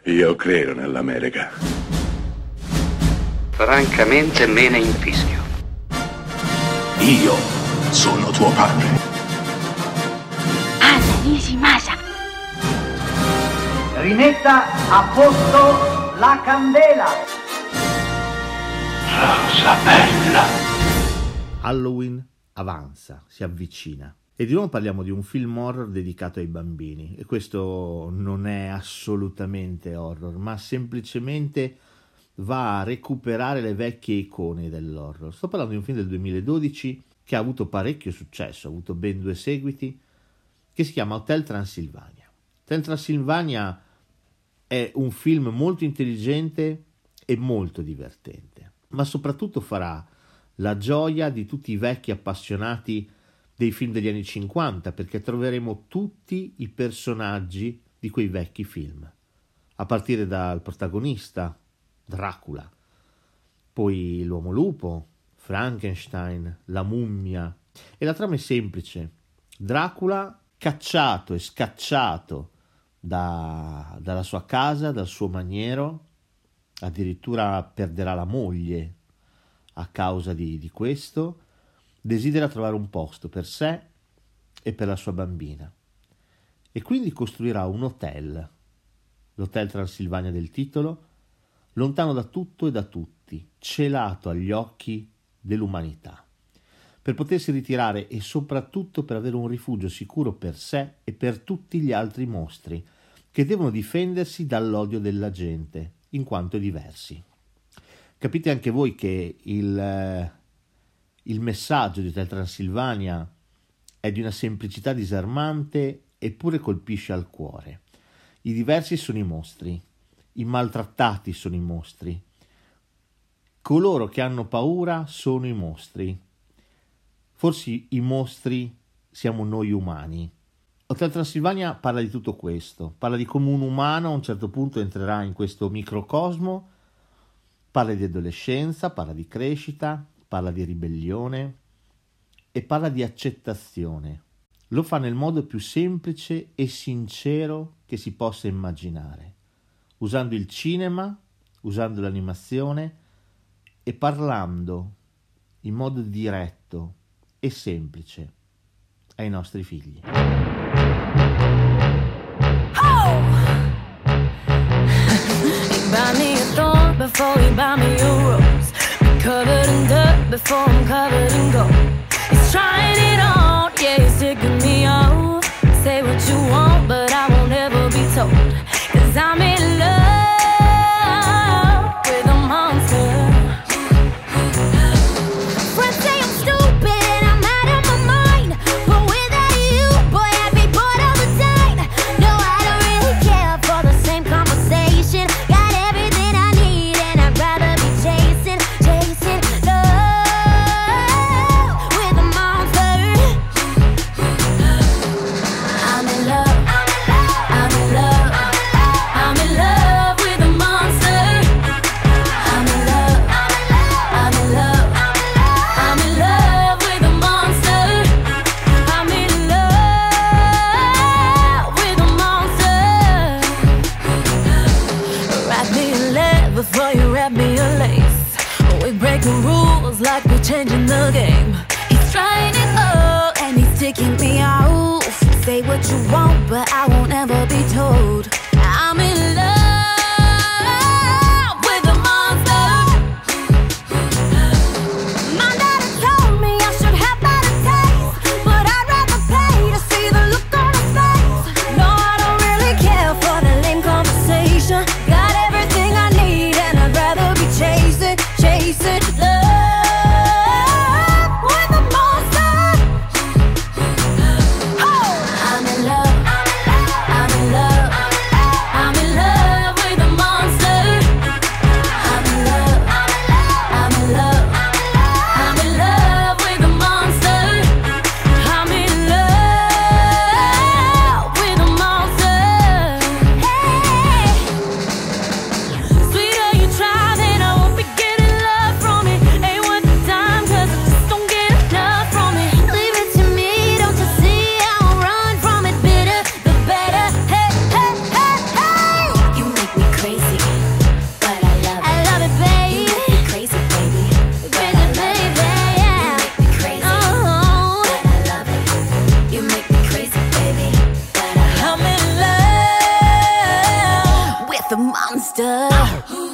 Io credo nell'America. Francamente me ne infischio. Io sono tuo padre. Anna Nishimasa. Rimetta a posto la candela. Rosa bella. Halloween avanza, si avvicina. E di nuovo parliamo di un film horror dedicato ai bambini. E questo non è assolutamente horror, ma semplicemente va a recuperare le vecchie icone dell'horror. Sto parlando di un film del 2012 che ha avuto parecchio successo, ha avuto ben 2 seguiti, che si chiama Hotel Transilvania. Hotel Transilvania è un film molto intelligente e molto divertente, ma soprattutto farà la gioia di tutti i vecchi appassionati dei film degli anni 50, perché troveremo tutti i personaggi di quei vecchi film, a partire dal protagonista, Dracula, poi l'uomo lupo, Frankenstein, la mummia. E la trama è semplice: Dracula cacciato e scacciato dalla sua casa, dal suo maniero, addirittura perderà la moglie a causa di questo, desidera trovare un posto per sé e per la sua bambina e quindi costruirà un hotel, l'Hotel Transilvania del titolo, lontano da tutto e da tutti, celato agli occhi dell'umanità, per potersi ritirare e soprattutto per avere un rifugio sicuro per sé e per tutti gli altri mostri che devono difendersi dall'odio della gente, in quanto diversi. Capite anche voi che il messaggio di Hotel Transilvania è di una semplicità disarmante eppure colpisce al cuore. I diversi sono i mostri, i maltrattati sono i mostri, coloro che hanno paura sono i mostri. Forse i mostri siamo noi umani. Hotel Transilvania parla di tutto questo, parla di come un umano a un certo punto entrerà in questo microcosmo, parla di adolescenza, parla di crescita, parla di ribellione e parla di accettazione. Lo fa nel modo più semplice e sincero che si possa immaginare, usando il cinema, usando l'animazione e parlando in modo diretto e semplice ai nostri figli. Buy me a thorn before you buy me a rose. Be covered in dirt before I'm covered in gold. He's trying it on, yeah, he's ticking me off. Say what you want, but I won't ever be told. 'Cause I'm in love with a monster. Friends say I'm stupid and I'm out of my mind, but without you, boy, I'd be bored all the time. No, I don't really care for the same conversation. Got everything I need and I'd rather be chasing love with a monster. I'm in love, I'm in love, I'm in love with a monster. I'm in love, I'm in love, I'm in love with a monster. I'm in love with a monster. Wrap me in lead before you wrap me in lace. We break the rules like we're changing the game. He's trying it all and he's taking me out. Say what you want, but I won't ever be told. I'm in love with a monster. My daddy told me I should have better taste, but I'd rather pay to see the look on his face. No, I don't really care for the lame conversation. Got everything I need and I'd rather be chasing love with with a monster.